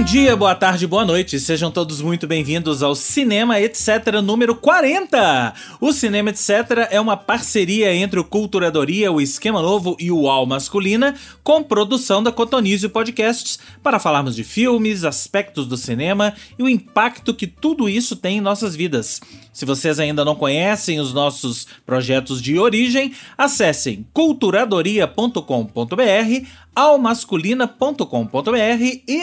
dia, boa tarde, boa noite, sejam todos muito bem-vindos ao Cinema Etc. número 40. O Cinema Etc. é uma parceria entre o Culturadoria, o Esquema Novo e o UOL Masculina, com produção da Cotonizio Podcasts, para falarmos de filmes, aspectos do cinema e o impacto que tudo isso tem em nossas vidas. Se vocês ainda não conhecem os nossos projetos de origem, acessem culturadoria.com.br, almasculina.com.br e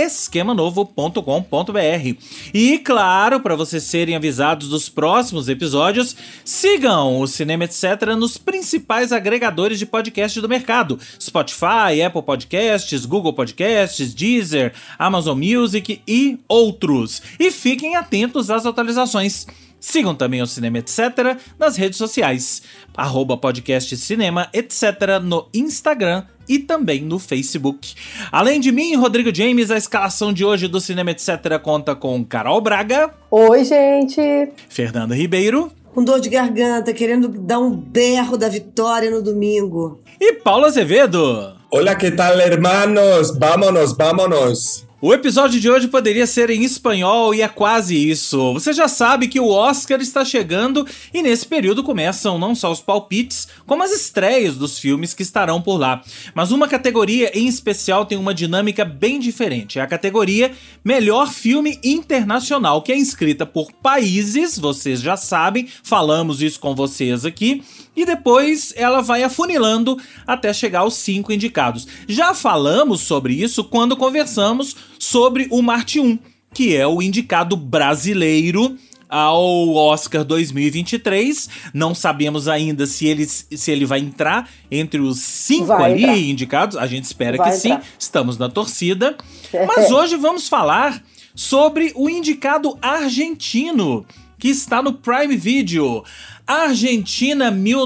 esquemanovo.com.br. E claro, para vocês serem avisados dos próximos episódios, sigam o Cinema Etc. nos principais agregadores de podcast do mercado: Spotify, Apple Podcasts, Google Podcasts, Deezer, Amazon Music e outros. E fiquem atentos às atualizações. Sigam também o Cinema Etc. nas redes sociais, @podcastcinema etc. no Instagram e também no Facebook. Além de mim, Rodrigo James, a escalação de hoje do Cinema Etc. conta com Carol Braga. Oi, gente! Fernando Ribeiro. Com dor de garganta, querendo dar um berro da vitória no domingo. E Paulo Azevedo. Hola, que tal, hermanos? Vámonos, vámonos! O episódio de hoje poderia ser em espanhol e é quase isso. Você já sabe que o Oscar está chegando e nesse período começam não só os palpites, como as estreias dos filmes que estarão por lá. Mas uma categoria em especial tem uma dinâmica bem diferente. É a categoria Melhor Filme Internacional, que é inscrita por países, vocês já sabem, falamos isso com vocês aqui, e depois ela vai afunilando até chegar aos 5 indicados. Já falamos sobre isso quando conversamos sobre o Marte 1, que é o indicado brasileiro ao Oscar 2023. Não sabemos ainda se ele vai entrar entre os 5 indicados. A gente espera que sim, estamos na torcida. Mas hoje vamos falar sobre o indicado argentino, que está no Prime Video. Argentina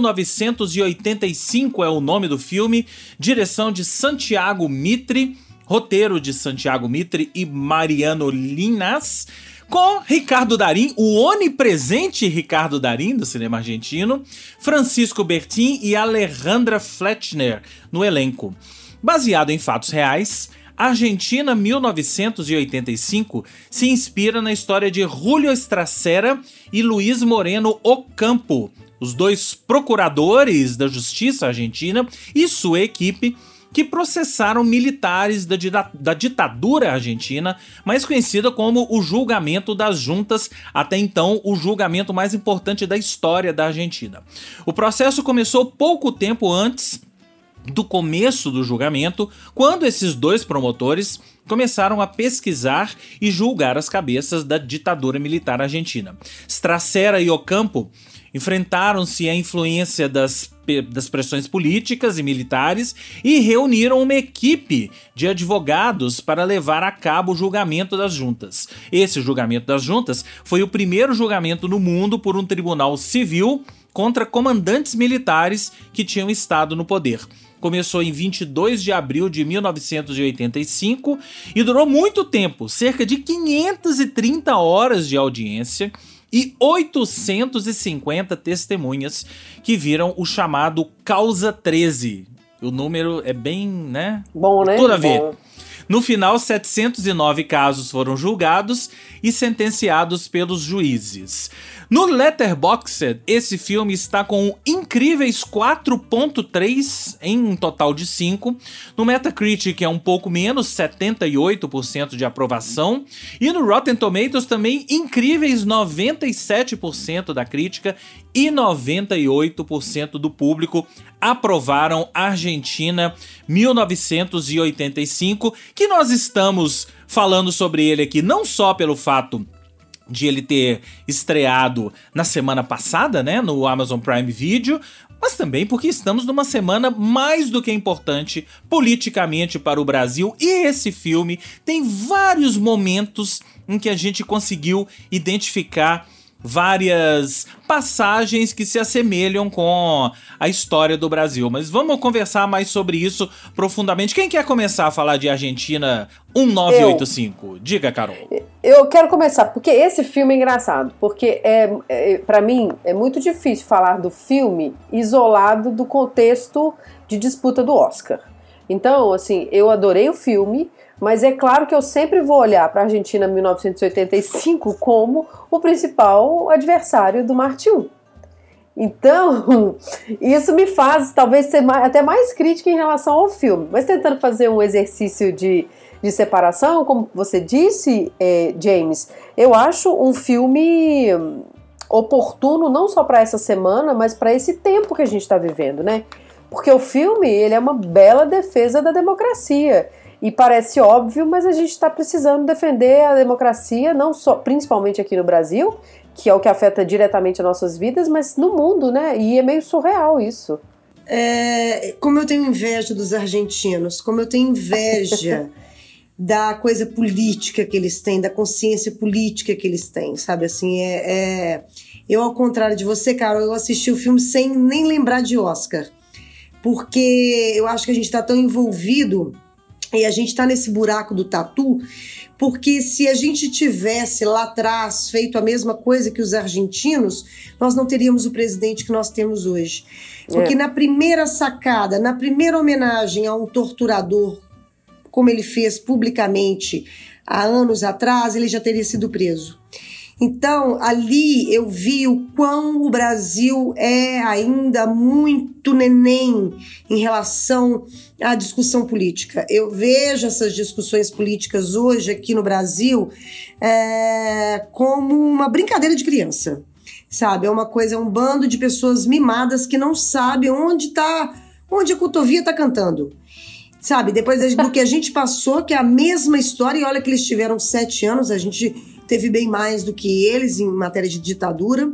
1985 é o nome do filme, direção de Santiago Mitre, roteiro de Santiago Mitre e Mariano Linhas, com Ricardo Darín, o onipresente Ricardo Darín do cinema argentino, Francisco Bertin e Alejandra Fletcher no elenco. Baseado em fatos reais, Argentina 1985 se inspira na história de Julio Estracera e Luiz Moreno Ocampo, os dois procuradores da justiça argentina e sua equipe que processaram militares da ditadura argentina, mais conhecida como o julgamento das juntas, até então o julgamento mais importante da história da Argentina. O processo começou pouco tempo antes do começo do julgamento, quando esses dois promotores começaram a pesquisar e julgar as cabeças da ditadura militar argentina. Estracera e Ocampo enfrentaram-se à influência das pressões políticas e militares e reuniram uma equipe de advogados para levar a cabo o julgamento das juntas. Esse julgamento das juntas foi o primeiro julgamento no mundo por um tribunal civil contra comandantes militares que tinham estado no poder. Começou em 22 de abril de 1985 e durou muito tempo, cerca de 530 horas de audiência e 850 testemunhas que viram o chamado Causa 13. O número é bem, né? Bom, né? Tudo a ver. Bom. No final, 709 casos foram julgados e sentenciados pelos juízes. No Letterboxd, esse filme está com incríveis 4.3 em um total de 5. No Metacritic é um pouco menos, 78% de aprovação. E no Rotten Tomatoes também incríveis 97% da crítica e 98% do público aprovaram Argentina 1985, que nós estamos falando sobre ele aqui não só pelo fato de ele ter estreado na semana passada, né, no Amazon Prime Video, mas também porque estamos numa semana mais do que importante politicamente para o Brasil, e esse filme tem vários momentos em que a gente conseguiu identificar várias passagens que se assemelham com a história do Brasil. Mas vamos conversar mais sobre isso profundamente. Quem quer começar a falar de Argentina 1985? Diga, Carol. Eu quero começar, porque esse filme é engraçado, porque para mim é muito difícil falar do filme isolado do contexto de disputa do Oscar. Então, assim, eu adorei o filme, Mas é claro que eu sempre vou olhar para a Argentina 1985 como o principal adversário do Marte 1. Então, isso me faz talvez ser até mais crítica em relação ao filme. Mas tentando fazer um exercício de separação, como você disse, James, eu acho um filme oportuno não só para essa semana, mas para esse tempo que a gente está vivendo, né? Porque o filme, ele é uma bela defesa da democracia. E parece óbvio, mas a gente está precisando defender a democracia, não só, principalmente aqui no Brasil, que é o que afeta diretamente as nossas vidas, mas no mundo, né? E é meio surreal isso. Como eu tenho inveja dos argentinos, como eu tenho inveja da coisa política que eles têm, da consciência política que eles têm, sabe? Assim, eu, ao contrário de você, Carol, eu assisti o filme sem nem lembrar de Oscar. Porque eu acho que a gente está tão envolvido e a gente está nesse buraco do tatu, porque se a gente tivesse lá atrás feito a mesma coisa que os argentinos, nós não teríamos o presidente que nós temos hoje. Porque na primeira sacada, na primeira homenagem a um torturador, como ele fez publicamente há anos atrás, ele já teria sido preso. Então, ali eu vi o quão o Brasil é ainda muito neném em relação à discussão política. Eu vejo essas discussões políticas hoje aqui no Brasil como uma brincadeira de criança, sabe? É uma coisa, é um bando de pessoas mimadas que não sabem onde a cotovia está cantando. Sabe, depois do que a gente passou, que é a mesma história, e olha que eles tiveram 7 anos, a gente teve bem mais do que eles em matéria de ditadura.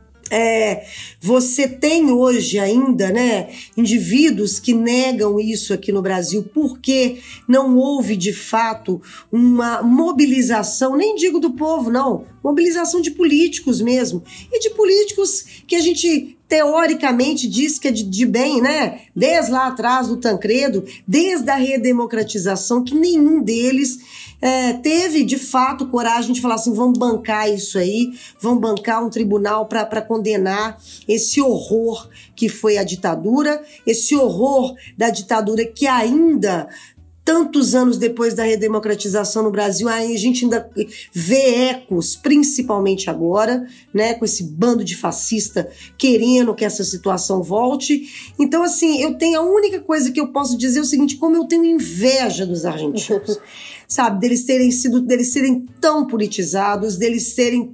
Você tem hoje ainda, né, indivíduos que negam isso aqui no Brasil porque não houve de fato uma mobilização, nem digo do povo, não, mobilização de políticos mesmo, e de políticos que a gente teoricamente diz que é de bem, né? Desde lá atrás do Tancredo, desde a redemocratização, que nenhum deles teve de fato coragem de falar assim: vamos bancar isso aí, vamos bancar um tribunal para condenar esse horror que foi a ditadura, esse horror da ditadura que ainda, tantos anos depois da redemocratização no Brasil, a gente ainda vê ecos, principalmente agora, né, com esse bando de fascista querendo que essa situação volte. Então, assim, a única coisa que eu posso dizer é o seguinte: como eu tenho inveja dos argentinos, sabe, deles serem tão politizados, deles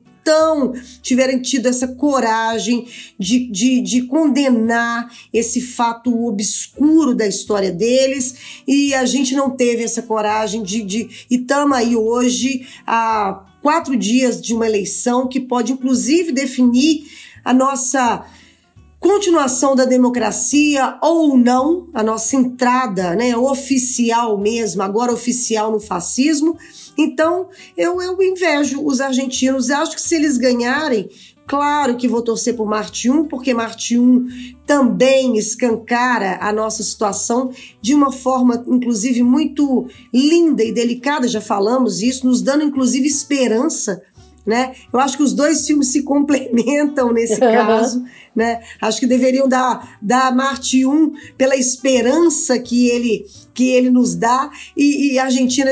tiverem tido essa coragem de condenar esse fato obscuro da história deles, e a gente não teve essa coragem e estamos aí hoje há 4 dias de uma eleição que pode inclusive definir a nossa continuação da democracia ou não, a nossa entrada, né, oficial mesmo, agora oficial no fascismo. Então, eu invejo os argentinos. Eu acho que se eles ganharem, claro que vou torcer por Marte 1, porque Marte 1 também escancara a nossa situação de uma forma, inclusive, muito linda e delicada, já falamos isso, nos dando, inclusive, esperança, né? Eu acho que os dois filmes se complementam nesse caso, né? Acho que deveriam dar Marte 1 pela esperança que ele nos dá, e Argentina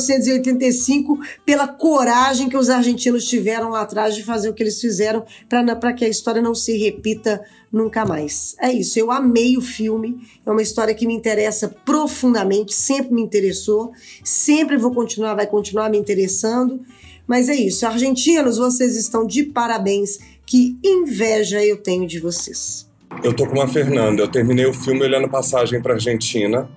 1985 pela coragem que os argentinos tiveram lá atrás de fazer o que eles fizeram para que a história não se repita nunca mais. É isso, eu amei o filme, é uma história que me interessa profundamente, sempre me interessou, sempre vai continuar me interessando. Mas é isso, argentinos, vocês estão de parabéns, que inveja eu tenho de vocês. Eu tô com a Fernanda, eu terminei o filme olhando passagem pra Argentina.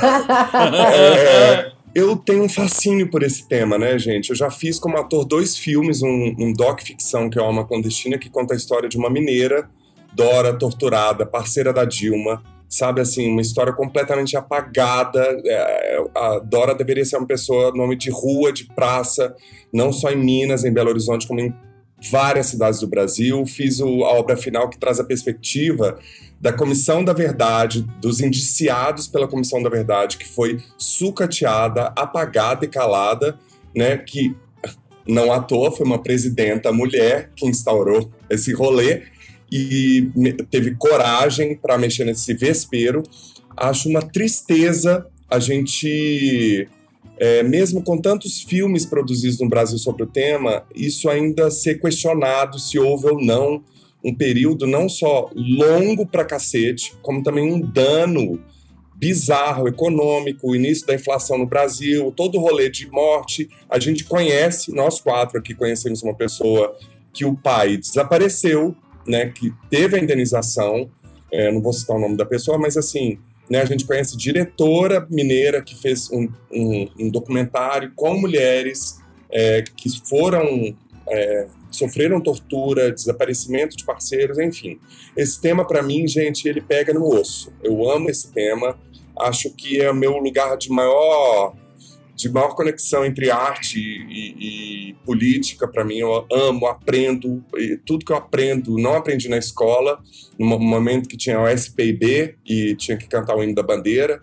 Eu tenho um fascínio por esse tema, né, gente? Eu já fiz como ator 2 filmes, um doc-ficção que é Alma Clandestina, que conta a história de uma mineira, Dora, torturada, parceira da Dilma, sabe, assim, uma história completamente apagada. A Dora deveria ser uma pessoa, nome de rua, de praça, não só em Minas, em Belo Horizonte, como em várias cidades do Brasil. Fiz a obra final que traz a perspectiva da Comissão da Verdade, dos indiciados pela Comissão da Verdade, que foi sucateada, apagada e calada, né, que não à toa foi uma presidenta mulher que instaurou esse rolê, e teve coragem para mexer nesse vespeiro. Acho uma tristeza a gente mesmo com tantos filmes produzidos no Brasil sobre o tema, isso ainda ser questionado se houve ou não um período não só longo pra cacete, como também um dano bizarro, econômico, o início da inflação no Brasil, todo o rolê de morte. A gente conhece, nós 4 aqui conhecemos uma pessoa que o pai desapareceu, né, que teve a indenização, não vou citar o nome da pessoa, mas assim, né, a gente conhece diretora mineira que fez um documentário com mulheres que sofreram tortura, desaparecimento de parceiros, enfim. Esse tema, para mim, gente, ele pega no osso. Eu amo esse tema. Acho que é o meu lugar de maior conexão entre arte e política. Para mim, eu amo, aprendo. E tudo que eu aprendo, não aprendi na escola. No momento que tinha o SPIB e tinha que cantar o hino da bandeira.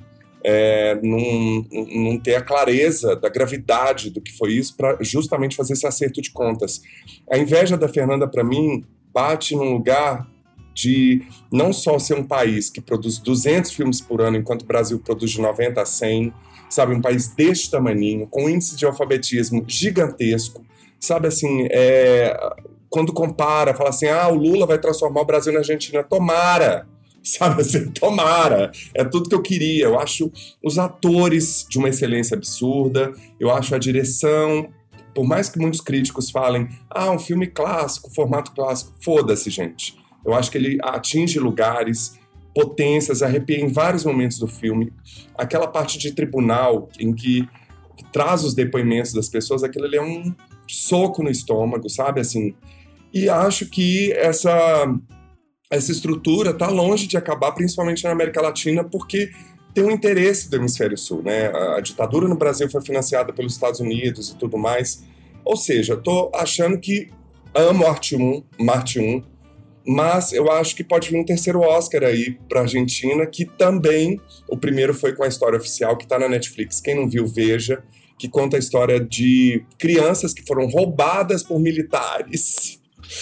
Não ter a clareza da gravidade do que foi isso para justamente fazer esse acerto de contas. A inveja da Fernanda, para mim, bate num lugar de não só ser um país que produz 200 filmes por ano, enquanto o Brasil produz de 90 a 100, sabe, um país deste tamaninho, com índice de alfabetismo gigantesco, sabe, assim, quando compara, fala assim, o Lula vai transformar o Brasil na Argentina, tomara, sabe assim, tomara, é tudo que eu queria. Eu acho os atores de uma excelência absurda, eu acho a direção, por mais que muitos críticos falem, um filme clássico, formato clássico, foda-se, gente. Eu acho que ele atinge lugares, potências, arrepia em vários momentos do filme. Aquela parte de tribunal em que traz os depoimentos das pessoas, aquilo ali é um soco no estômago, sabe, assim. E acho que essa estrutura está longe de acabar, principalmente na América Latina, porque tem um interesse do Hemisfério Sul, né? A ditadura no Brasil foi financiada pelos Estados Unidos e tudo mais. Ou seja, estou achando que amo Marte 1, mas eu acho que pode vir um terceiro Oscar aí para a Argentina, que também, o primeiro foi com a História Oficial, que está na Netflix. Quem não viu, veja, que conta a história de crianças que foram roubadas por militares.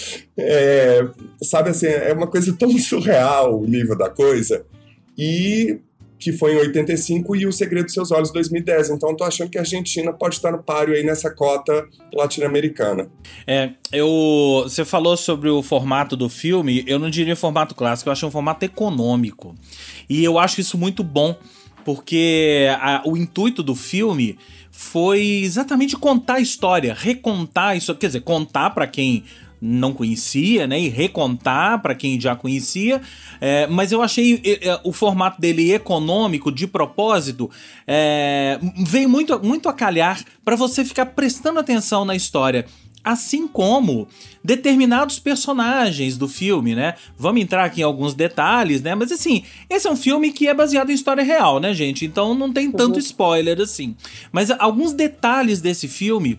Sabe assim, é uma coisa tão surreal o nível da coisa, e que foi em 85 e O Segredo dos Seus Olhos, 2010. Então eu tô achando que a Argentina pode estar no páreo aí nessa cota latino-americana. Você falou sobre o formato do filme, eu não diria formato clássico, eu acho um formato econômico. E eu acho isso muito bom, porque o intuito do filme foi exatamente contar a história, recontar isso, quer dizer, contar para quem não conhecia, né, e recontar para quem já conhecia, mas eu achei o formato dele econômico, de propósito, veio muito a calhar para você ficar prestando atenção na história, assim como determinados personagens do filme, né? Vamos entrar aqui em alguns detalhes, né? Mas assim, esse é um filme que é baseado em história real, né, gente? Então não tem tanto spoiler assim. Mas alguns detalhes desse filme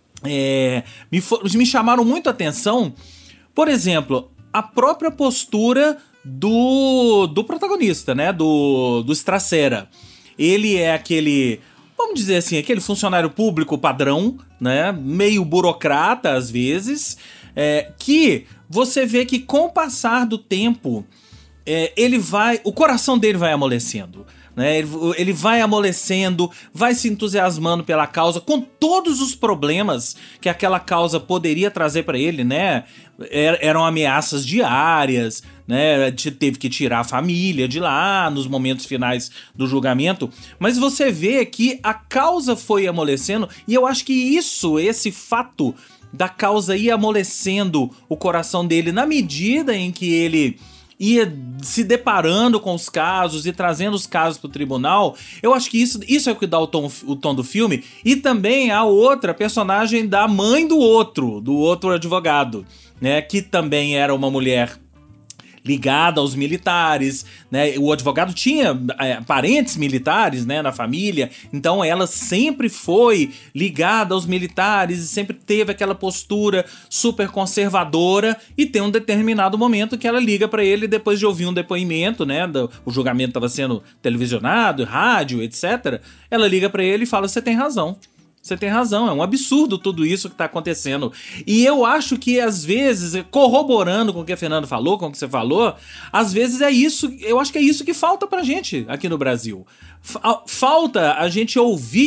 me chamaram muito a atenção. Por exemplo, a própria postura do protagonista, né? Do Stracera. Ele é aquele, vamos dizer assim, aquele funcionário público padrão, né? Meio burocrata às vezes, que você vê que com o passar do tempo, o coração dele vai amolecendo. Né? Ele vai amolecendo, vai se entusiasmando pela causa, com todos os problemas que aquela causa poderia trazer para ele, né? Eram ameaças diárias, né? Teve que tirar a família de lá nos momentos finais do julgamento, mas você vê que a causa foi amolecendo, e eu acho que esse fato da causa ir amolecendo o coração dele na medida em que ele ia se deparando com os casos e trazendo os casos para o tribunal, eu acho que isso é o que dá o tom do filme. E também a outra personagem da mãe do outro advogado, né, que também era uma mulher ligada aos militares, né? O advogado tinha parentes militares, né, na família, então ela sempre foi ligada aos militares e sempre teve aquela postura super conservadora, e tem um determinado momento que ela liga para ele depois de ouvir um depoimento, né, o julgamento estava sendo televisionado, rádio, etc. Ela liga para ele e fala: você tem razão, é um absurdo tudo isso que tá acontecendo. E eu acho que, às vezes, corroborando com o que a Fernanda falou, com o que você falou, às vezes eu acho que é isso que falta pra gente aqui no Brasil. Falta a gente ouvir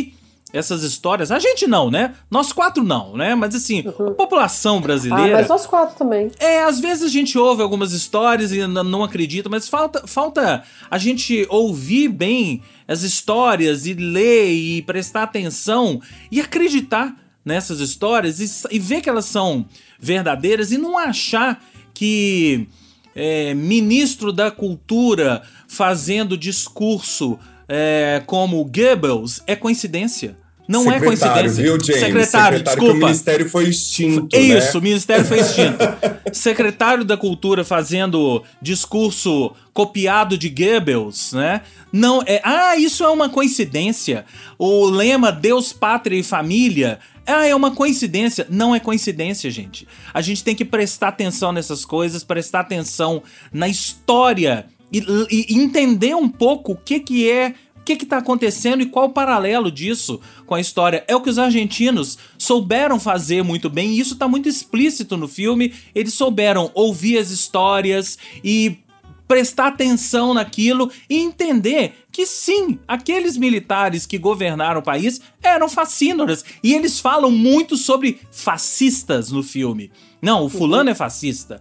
essas histórias. A gente não, né? Nós 4 não, né? Mas assim, a população brasileira... mas nós 4 também. Às vezes a gente ouve algumas histórias e não acredita, mas falta a gente ouvir bem as histórias e ler e prestar atenção e acreditar nessas histórias e ver que elas são verdadeiras e não achar que ministro da cultura fazendo discurso como Goebbels é coincidência. Não é coincidência. Viu, James? Secretário, desculpa. Que o ministério foi extinto, Isso, né? O ministério foi extinto. Secretário da Cultura fazendo discurso copiado de Goebbels, né? Não isso é uma coincidência. O lema Deus, Pátria e Família é uma coincidência. Não é coincidência, gente. A gente tem que prestar atenção nessas coisas, prestar atenção na história e entender um pouco o que está acontecendo e qual o paralelo disso com a história. É o que os argentinos souberam fazer muito bem, e isso está muito explícito no filme. Eles souberam ouvir as histórias e prestar atenção naquilo e entender que sim, aqueles militares que governaram o país eram fascínoras. E eles falam muito sobre fascistas no filme. Não, o fulano é fascista,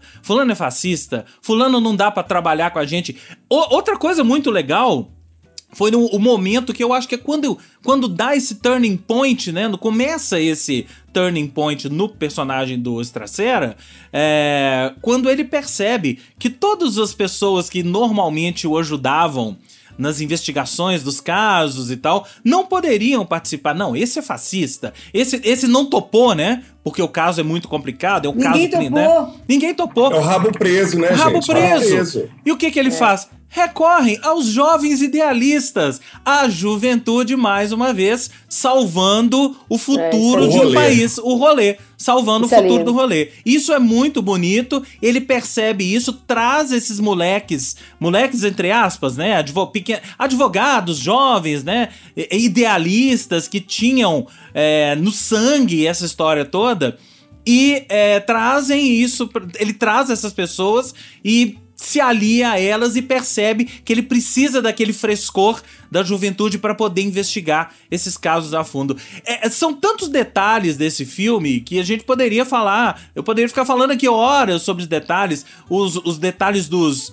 fulano não dá pra trabalhar com a gente. Outra coisa muito legal foi o momento que eu acho que é quando dá esse turning point, né? Começa esse turning point no personagem do Estracera, quando ele percebe que todas as pessoas que normalmente o ajudavam nas investigações dos casos e tal, não poderiam participar. Não, esse é fascista. Esse não topou, né? Porque o caso é muito complicado. Ninguém topou. É o rabo preso, né, Rabo preso. E o que ele faz? Recorrem aos jovens idealistas, a juventude, mais uma vez, salvando o futuro de um país, o rolê, salvando o futuro do rolê. Isso é muito bonito, ele percebe isso, traz esses moleques entre aspas, né, advogados jovens, né, idealistas que tinham no sangue essa história toda, e trazem isso, ele traz essas pessoas e se alia a elas e percebe que ele precisa daquele frescor da juventude para poder investigar esses casos a fundo. São tantos detalhes desse filme que a gente poderia falar, eu poderia ficar falando aqui horas sobre os detalhes, os detalhes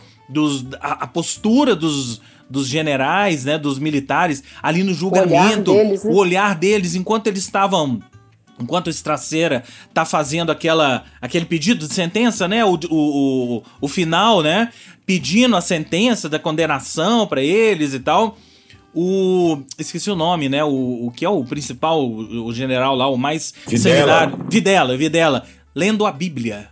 a postura dos generais, né, dos militares ali no julgamento, o olhar deles enquanto eles estavam... Enquanto o Estracera tá fazendo aquele pedido de sentença, né? O final, né? Pedindo a sentença da condenação pra eles e tal. Esqueci o nome, né? O que é o principal, o general lá, o mais sanguinário. Videla. Lendo a Bíblia.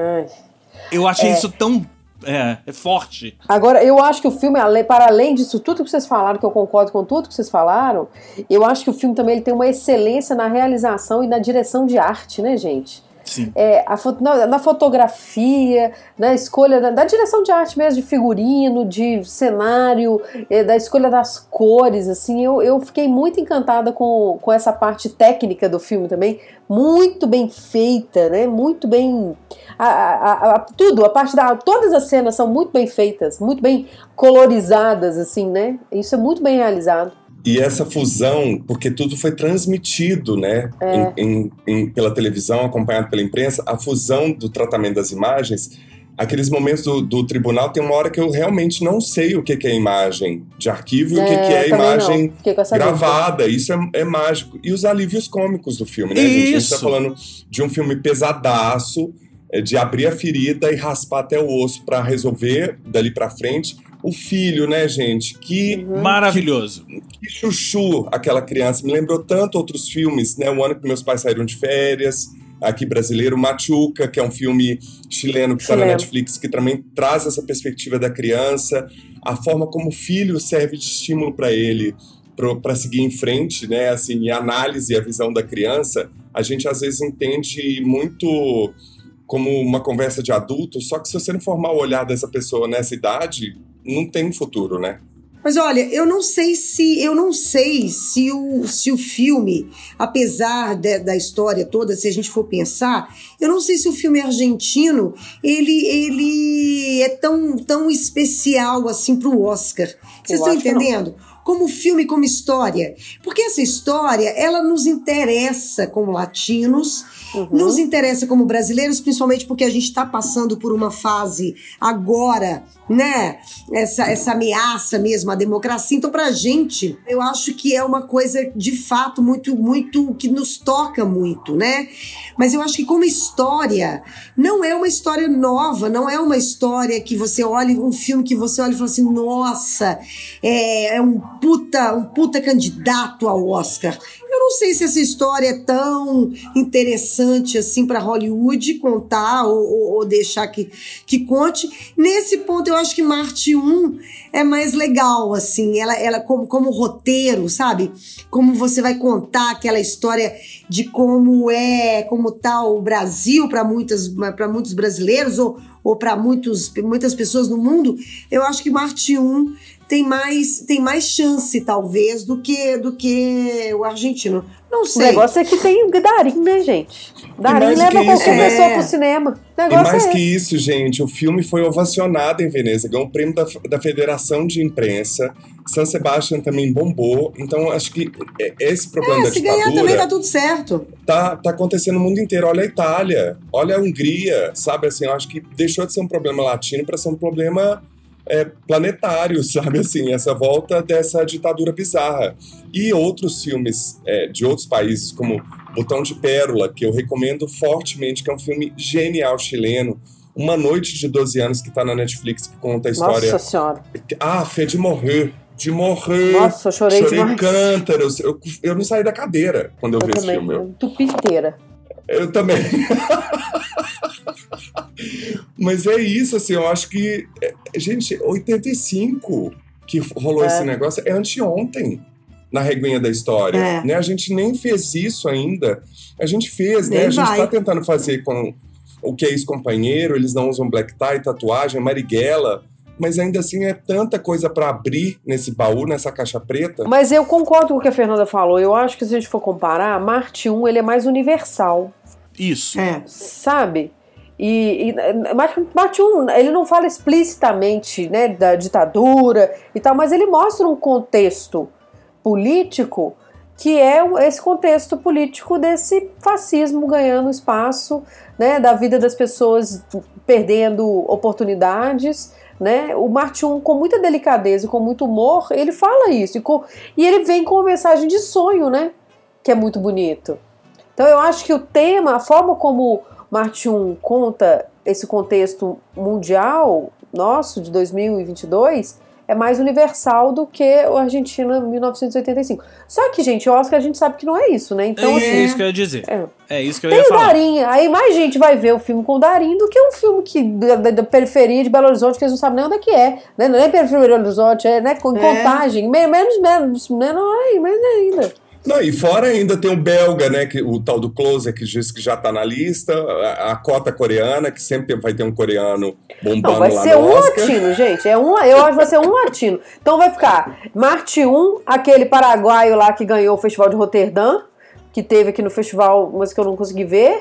Eu achei isso tão... É forte. Agora, eu acho que o filme, para além disso tudo que vocês falaram, que eu concordo com tudo que vocês falaram, eu acho que o filme também ele tem uma excelência na realização e na direção de arte, né, gente? Sim. Na fotografia, na escolha da direção de arte mesmo, de figurino, de cenário, da escolha das cores, assim, eu fiquei muito encantada com essa parte técnica do filme também, muito bem feita, né, muito bem, todas as cenas são muito bem feitas, muito bem colorizadas, assim, né, isso é muito bem realizado. E essa fusão, porque tudo foi transmitido, né, pela televisão, acompanhado pela imprensa, a fusão do tratamento das imagens, aqueles momentos do tribunal, tem uma hora que eu realmente não sei o que é imagem de arquivo e o que é imagem gravada. Isso é mágico. E os alívios cômicos do filme, né, gente? A gente tá falando de um filme pesadaço, de abrir a ferida e raspar até o osso para resolver dali para frente. O filho, né, gente? Maravilhoso. Que chuchu aquela criança. Me lembrou tanto outros filmes, né? O ano que meus pais saíram de férias, aqui brasileiro, Machuca, que é um filme chileno que está na Netflix, que também traz essa perspectiva da criança, a forma como o filho serve de estímulo para ele, para seguir em frente, né? Assim, a análise e a visão da criança, a gente às vezes entende muito como uma conversa de adulto, só que se você não formar o olhar dessa pessoa nessa idade, não tem futuro, né? Mas olha, eu não sei se o filme, apesar da história toda, se a gente for pensar, eu não sei se o filme argentino, ele é tão especial assim pro Oscar. Vocês estão entendendo? como filme, como história. Porque essa história, ela nos interessa como latinos, nos interessa como brasileiros, principalmente porque a gente está passando por uma fase agora, né? Essa ameaça mesmo à democracia. Então, pra gente, eu acho que é uma coisa, de fato, muito, muito, que nos toca muito, né? Mas eu acho que como história, não é uma história nova, não é uma história que você olha, um filme que você olha e fala assim, nossa, é um puta candidato ao Oscar. Eu não sei se essa história é tão interessante assim para Hollywood contar ou deixar que conte. Nesse ponto, eu acho que Marte 1 é mais legal, assim, ela como roteiro, sabe? Como você vai contar aquela história de como tá o Brasil para muitos brasileiros ou para muitas pessoas no mundo. Eu acho que Marte 1 tem mais chance, talvez, do que o argentino. Não sei. O negócio é que tem Darín, né, gente? Darín leva qualquer pessoa pro cinema. E mais que isso, gente, o filme foi ovacionado em Veneza, ganhou um prêmio da Federação de Imprensa. San Sebastián também bombou. Então, acho que esse problema da ditadura... se ganhar também tá tudo certo. Tá acontecendo no mundo inteiro. Olha a Itália, olha a Hungria, sabe? Assim, eu acho que deixou de ser um problema latino para ser um problema... planetário, sabe, assim, essa volta dessa ditadura bizarra. E outros filmes de outros países, como Botão de Pérola, que eu recomendo fortemente, que é um filme genial chileno, Uma Noite de 12 Anos, que tá na Netflix, que conta a história... Nossa Senhora! Fé de morrer. Nossa, eu chorei demais. Cântaros. Eu não saí da cadeira quando eu vi esse filme. Eu tupi inteira. Eu também. Mas é isso, assim, eu acho que... Gente, 85 que rolou esse negócio é anteontem na reguinha da história. Né? A gente nem fez isso ainda. A gente fez, né? A gente tá tentando fazer com o que é ex-companheiro, eles não usam black tie, tatuagem, Marighella... Mas ainda assim é tanta coisa para abrir nesse baú, nessa caixa preta. Mas eu concordo com o que a Fernanda falou. Eu acho que se a gente for comparar, Marte 1 ele é mais universal. Isso. Sabe? E Marte 1, ele não fala explicitamente, né, da ditadura e tal, mas ele mostra um contexto político que é esse contexto político desse fascismo ganhando espaço, né, da vida das pessoas perdendo oportunidades. Né? O Marte 1, com muita delicadeza e com muito humor, ele fala isso. E ele vem com uma mensagem de sonho, né? Que é muito bonito. Então eu acho que o tema, a forma como Marte 1 conta esse contexto mundial nosso, de 2022, é mais universal do que o Argentina 1985. Só que, gente, o Oscar a gente sabe que não é isso, né? Então, é isso que eu ia dizer. É isso que eu ia falar. Tem o Darín, aí mais gente vai ver o filme com o Darín do que um filme da periferia de Belo Horizonte, que eles não sabem nem onde é que é. Né? Não é periferia de Belo Horizonte, né? Contagem. Menos, né? Não é, mas ainda. Não, e fora ainda tem o belga, né, que, o tal do Closer, que diz que já tá na lista, a cota coreana, que sempre vai ter um coreano bombando lá no Oscar. Vai ser um latino, gente, eu acho que vai ser um latino. Então vai ficar Marte 1, aquele paraguaio lá que ganhou o Festival de Roterdã, que teve aqui no festival, mas que eu não consegui ver,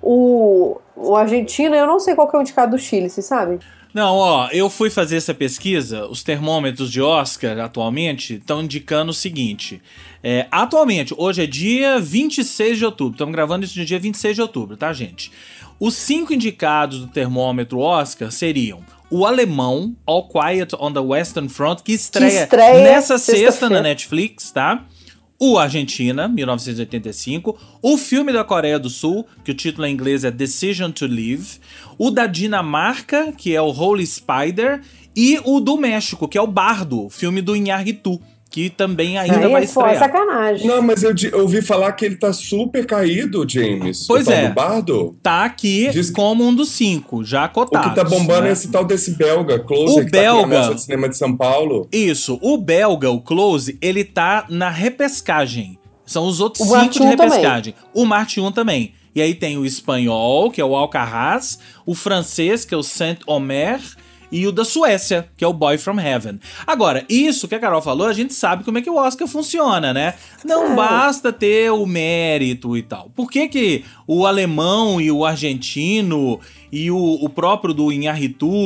o argentino, eu não sei qual que é o indicado do Chile, vocês sabem? Não, eu fui fazer essa pesquisa, os termômetros de Oscar atualmente estão indicando o seguinte, atualmente, hoje é dia 26 de outubro, estamos gravando isso no dia 26 de outubro, tá, gente? Os 5 indicados do termômetro Oscar seriam o alemão, All Quiet on the Western Front, que estreia nessa sexta na Netflix, tá? O Argentina, 1985, o filme da Coreia do Sul, que o título em inglês é Decision to Live, o da Dinamarca, que é o Holy Spider, e o do México, que é o Bardo, filme do Iñárritu, que também ainda vai estrear. Sacanagem. Não, mas eu ouvi falar que ele tá super caído, James. Pois é. Do Bardo. Tá aqui como um dos 5, já cotados. O que tá bombando, né? É esse tal desse belga, Close, que tá aqui na Mostra de Cinema de São Paulo. Isso. O belga, o Close, ele tá na repescagem. São os outros 5 de repescagem. Também. O Marte 1 também. E aí tem o espanhol, que é o Alcarrás, o francês, que é o Saint-Omer, e o da Suécia, que é o Boy From Heaven. Agora, isso que a Carol falou, a gente sabe como é que o Oscar funciona, né? Não basta ter o mérito e tal. Por que o alemão e o argentino e o próprio do Iñárritu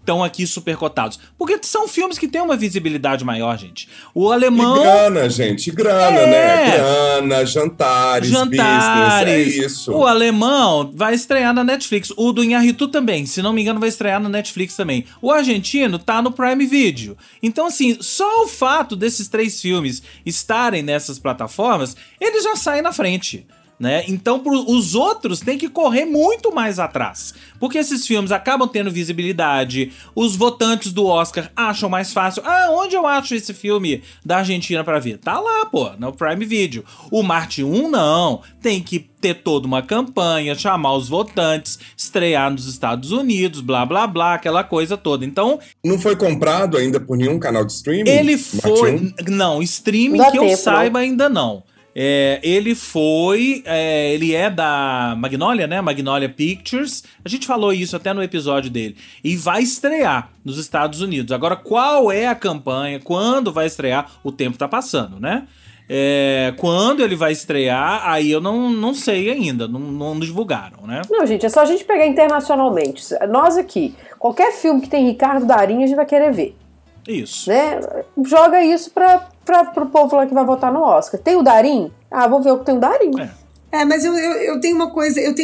estão aqui supercotados? Porque são filmes que têm uma visibilidade maior, gente. O Alemão... E grana, gente. Grana, né? Grana, jantares, business, é isso. O Alemão vai estrear na Netflix. O do Inharitu também, se não me engano, vai estrear na Netflix também. O argentino tá no Prime Video. Então, assim, só o fato desses 3 filmes estarem nessas plataformas, eles já saem na frente. Né? Então, os outros têm que correr muito mais atrás. Porque esses filmes acabam tendo visibilidade, os votantes do Oscar acham mais fácil. Onde eu acho esse filme da Argentina pra ver? Tá lá, pô, no Prime Video. O Marte 1, não. Tem que ter toda uma campanha, chamar os votantes, estrear nos Estados Unidos, blá, blá, blá, aquela coisa toda. Então... Não foi comprado ainda por nenhum canal de streaming? Ele foi... Não, streaming que eu saiba ainda não. Ele foi... ele é da Magnolia, né? Magnolia Pictures. A gente falou isso até no episódio dele. E vai estrear nos Estados Unidos. Agora, qual é a campanha? Quando vai estrear? O tempo tá passando, né? Quando ele vai estrear, aí eu não sei ainda. Não divulgaram, né? Não, gente, é só a gente pegar internacionalmente. Nós aqui, qualquer filme que tem Ricardo Darín, a gente vai querer ver. Isso. Né? Joga isso pro povo lá que vai votar no Oscar. Tem o Darín? Vou ver o que tem o Darín. Mas eu tenho uma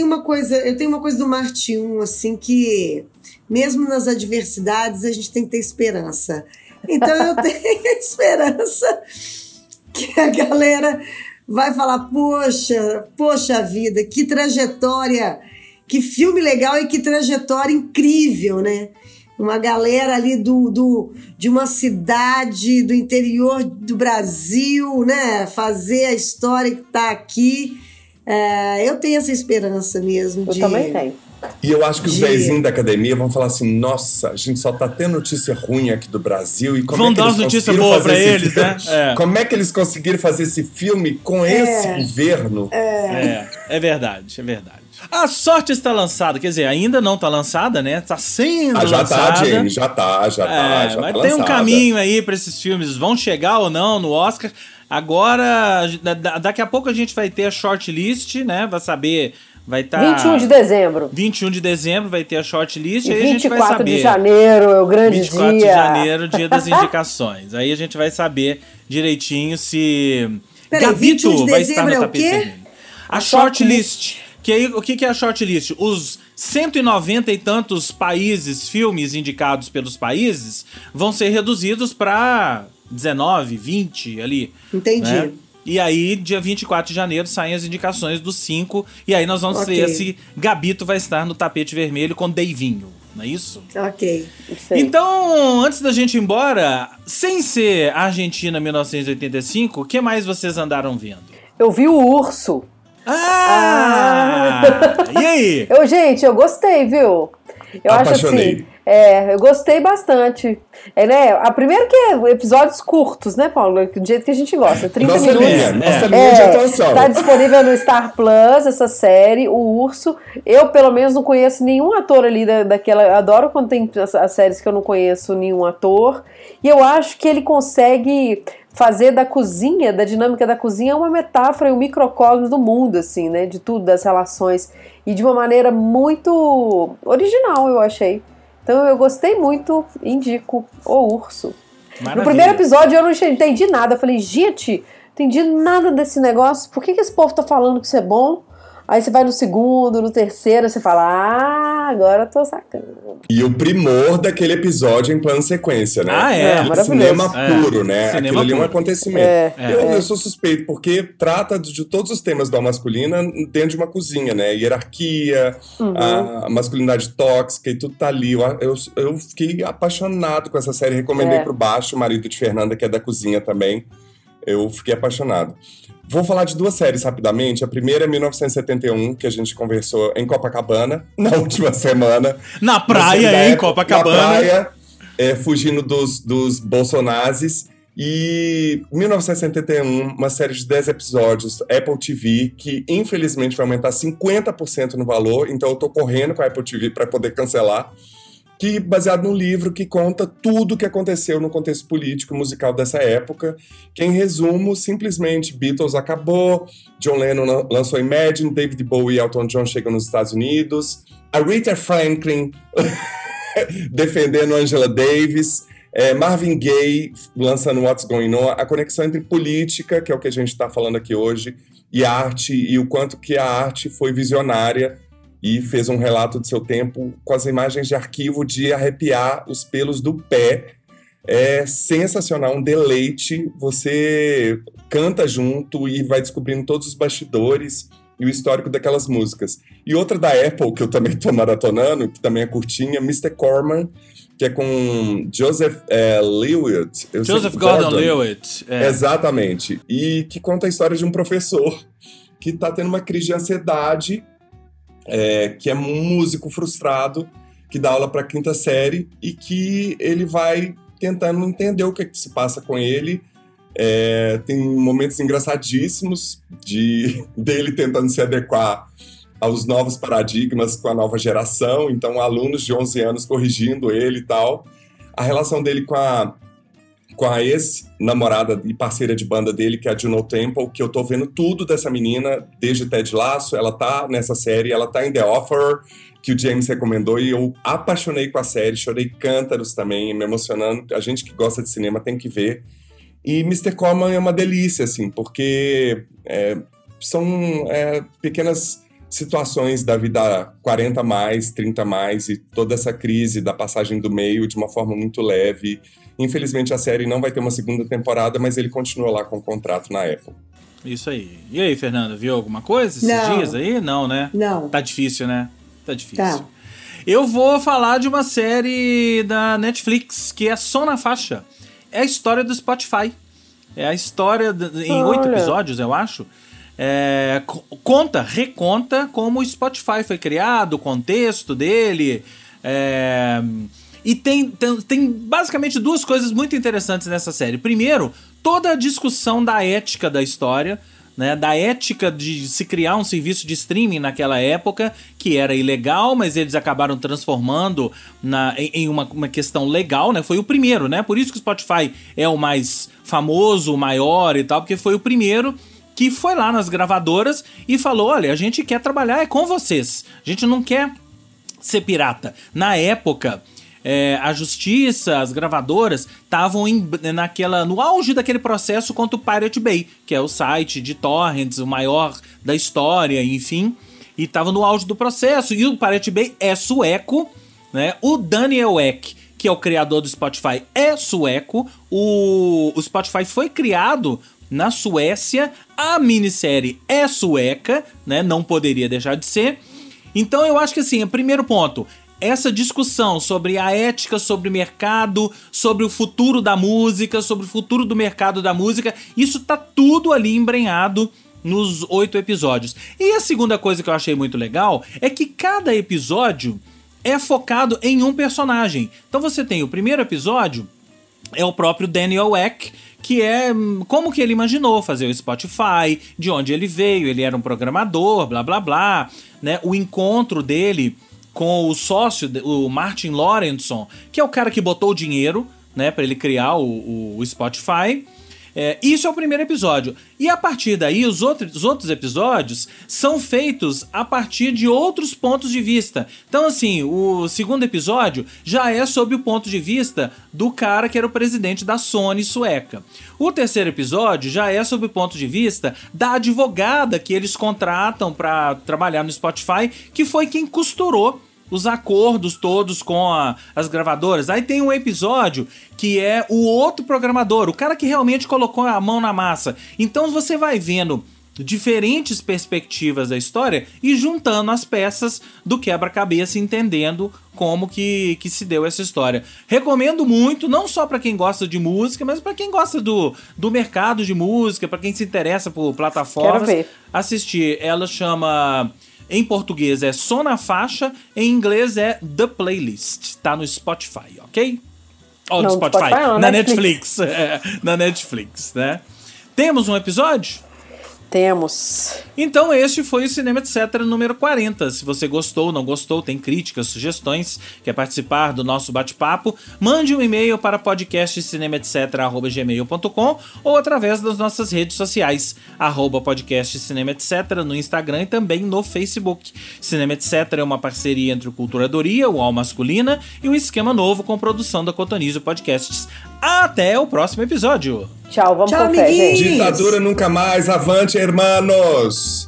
coisa do Marte 1, assim, que mesmo nas adversidades a gente tem que ter esperança. Então eu tenho esperança que a galera vai falar, poxa vida, que trajetória, que filme legal e que trajetória incrível, né? Uma galera ali de uma cidade do interior do Brasil, né? Fazer a história que tá aqui. Eu tenho essa esperança mesmo. Eu também tenho. E eu acho que os vezinhos da academia vão falar assim, nossa, a gente só tá tendo notícia ruim aqui do Brasil. E como vão dar umas notícias boas pra eles, né? Como é que eles conseguiram fazer esse filme com esse governo? É verdade, é verdade. A Sorte está lançada, quer dizer, ainda não está lançada, né? Está sendo já lançada. Tá, Jamie, já tá Mas tá tem um lançada. caminho aí para esses filmes, vão chegar ou não no Oscar. Agora, daqui a pouco a gente vai ter a shortlist, né? Vai saber, vai estar... 21 de dezembro. 21 de dezembro vai ter a shortlist, e aí a gente vai saber. 24 de janeiro é o grande 24 dia. 24 de janeiro, dia das indicações. Aí a gente vai saber direitinho se... Peraí, Gabito 21 de vai estar no dezembro tapete é o quê? vermelho. A shortlist... Que aí, o que é a shortlist? Os 190 e tantos países, filmes indicados pelos países, vão ser reduzidos para 19, 20 ali. Entendi. Né? E aí, dia 24 de janeiro, saem as indicações dos 5. E aí nós vamos ver se Gabito vai estar no tapete vermelho com Deivinho. Não é isso? Ok. Então, antes da gente ir embora, sem ser Argentina 1985, o que mais vocês andaram vendo? Eu vi o Urso. E aí? Gente, eu gostei, viu? Eu Apaixonei. acho assim, eu gostei bastante. Né? A primeiro que é episódios curtos, né, Paulo? Do jeito que a gente gosta, 30 nossa minutos. Nossa linha de atuação. Tá disponível no Star Plus, essa série, o Urso. Eu, pelo menos, não conheço nenhum ator ali daquela... Adoro quando tem as séries que eu não conheço nenhum ator. E eu acho que ele consegue... fazer da cozinha, da dinâmica da cozinha, uma metáfora e um microcosmos do mundo, assim, né? De tudo, das relações. E de uma maneira muito original, eu achei. Então eu gostei muito, indico O Urso. Maravilha. No primeiro episódio eu não entendi nada. Eu falei, gente, não entendi nada desse negócio. Por que esse povo tá falando que isso é bom? Aí você vai no segundo, no terceiro, você fala, agora eu tô sacando. E o primor daquele episódio em plano sequência, né? Maravilhoso. Cinema puro, né? Cinema Aquilo ali é um puro. acontecimento. Eu sou suspeito, porque trata de todos os temas da masculina dentro de uma cozinha, né? Hierarquia, a masculinidade tóxica e tudo tá ali. Eu fiquei apaixonado com essa série, recomendei pro Baixo, o marido de Fernanda, que é da cozinha também. Eu fiquei apaixonado. Vou falar de duas séries rapidamente. A primeira é 1971, que a gente conversou em Copacabana, na última semana. Na praia, em Copacabana. Na praia, fugindo dos bolsonazes. E 1971, uma série de 10 episódios, Apple TV, que infelizmente vai aumentar 50% no valor. Então eu tô correndo com a Apple TV para poder cancelar. Que baseado num livro que conta tudo o que aconteceu no contexto político e musical dessa época, que em resumo, simplesmente Beatles acabou, John Lennon lançou Imagine, David Bowie e Elton John chegam nos Estados Unidos, a Rita Franklin defendendo Angela Davis, Marvin Gaye lançando What's Going On, a conexão entre política, que é o que a gente está falando aqui hoje, e arte, e o quanto que a arte foi visionária e fez um relato de seu tempo com as imagens de arquivo de arrepiar os pelos do pé. É sensacional, um deleite, você canta junto e vai descobrindo todos os bastidores e o histórico daquelas músicas. E outra da Apple, que eu também tô maratonando, que também é curtinha, Mr. Corman, que é com Joseph Lewitt. Joseph Gordon-Levitt. Exatamente. E que conta a história de um professor que tá tendo uma crise de ansiedade, que é um músico frustrado, que dá aula pra 5ª série e que ele vai tentando entender o que se passa com ele. Tem momentos engraçadíssimos dele tentando se adequar aos novos paradigmas com a nova geração, então alunos de 11 anos corrigindo ele e tal. A relação dele com a ex-namorada e parceira de banda dele, que é a Juno Temple, que eu tô vendo tudo dessa menina desde Ted Lasso, ela tá nessa série, ela tá em The Offer, que o James recomendou, e eu apaixonei com a série, chorei cântaros também, me emocionando. A gente que gosta de cinema tem que ver. E Mr. Corman é uma delícia, assim, porque são pequenas situações da vida 40 mais, 30 mais, e toda essa crise da passagem do meio de uma forma muito leve. Infelizmente a série não vai ter uma 2ª temporada, mas ele continua lá com o contrato na Apple. Isso aí. E aí, Fernanda, viu alguma coisa esses dias aí? Não, né? Não. Tá difícil, né? Tá difícil. Tá. Eu vou falar de uma série da Netflix, que é Som na Faixa. É a história do Spotify. É a história, em 8 episódios, eu acho. Reconta como o Spotify foi criado, o contexto dele. E tem basicamente 2 coisas muito interessantes nessa série. Primeiro, toda a discussão da ética da história, né, da ética de se criar um serviço de streaming naquela época, que era ilegal, mas eles acabaram transformando em uma questão legal, né? Foi o primeiro, né? Por isso que o Spotify é o mais famoso, o maior e tal, porque foi o primeiro que foi lá nas gravadoras e falou, olha, a gente quer trabalhar com vocês, a gente não quer ser pirata. Na época, a justiça, as gravadoras estavam no auge daquele processo contra o Pirate Bay, que é o site de torrents, o maior da história, enfim, e estava no auge do processo, e o Pirate Bay é sueco, né? O Daniel Ek, que é o criador do Spotify, é sueco, o Spotify foi criado na Suécia, a minissérie é sueca, né? Não poderia deixar de ser. Então eu acho que assim, o primeiro ponto, essa discussão sobre a ética, sobre o mercado, sobre o futuro da música, sobre o futuro do mercado da música, isso tá tudo ali embrenhado nos 8 episódios. E a segunda coisa que eu achei muito legal é que cada episódio é focado em um personagem. Então você tem o primeiro episódio, é o próprio Daniel Ek, que é como que ele imaginou fazer o Spotify, de onde ele veio, ele era um programador, blá blá blá, né? O encontro dele com o sócio, o Martin Lorentzon, que é o cara que botou o dinheiro, né, para ele criar o Spotify. Isso é o primeiro episódio. E a partir daí, os outros episódios são feitos a partir de outros pontos de vista. Então, assim, o segundo episódio já é sob o ponto de vista do cara que era o presidente da Sony sueca. O terceiro episódio já é sob o ponto de vista da advogada que eles contratam para trabalhar no Spotify, que foi quem costurou os acordos todos com as gravadoras. Aí tem um episódio que é o outro programador, o cara que realmente colocou a mão na massa. Então você vai vendo diferentes perspectivas da história e juntando as peças do quebra-cabeça, entendendo como que se deu essa história. Recomendo muito, não só para quem gosta de música, mas para quem gosta do mercado de música, para quem se interessa por plataformas, assistir. Ela chama... Em português é Som na Faixa, em inglês é The Playlist. Tá no Spotify, ok? Ou no Spotify, na Netflix. Na Netflix, né? Temos um episódio? Temos. Então este foi o Cinema Etc. número 40. Se você gostou, não gostou, tem críticas, sugestões, quer participar do nosso bate-papo, mande um e-mail para podcastcinemaetc@gmail.com ou através das nossas redes sociais, @podcastcinemaetc no Instagram e também no Facebook. Cinema Etc. é uma parceria entre o Culturadoria, o UOL Masculina e o Esquema Novo com produção da Cotonizio Podcasts. Até o próximo episódio! Tchau, vamos Tchau, com fé, gente. amiguinhos. Ditadura nunca mais, avante, hermanos!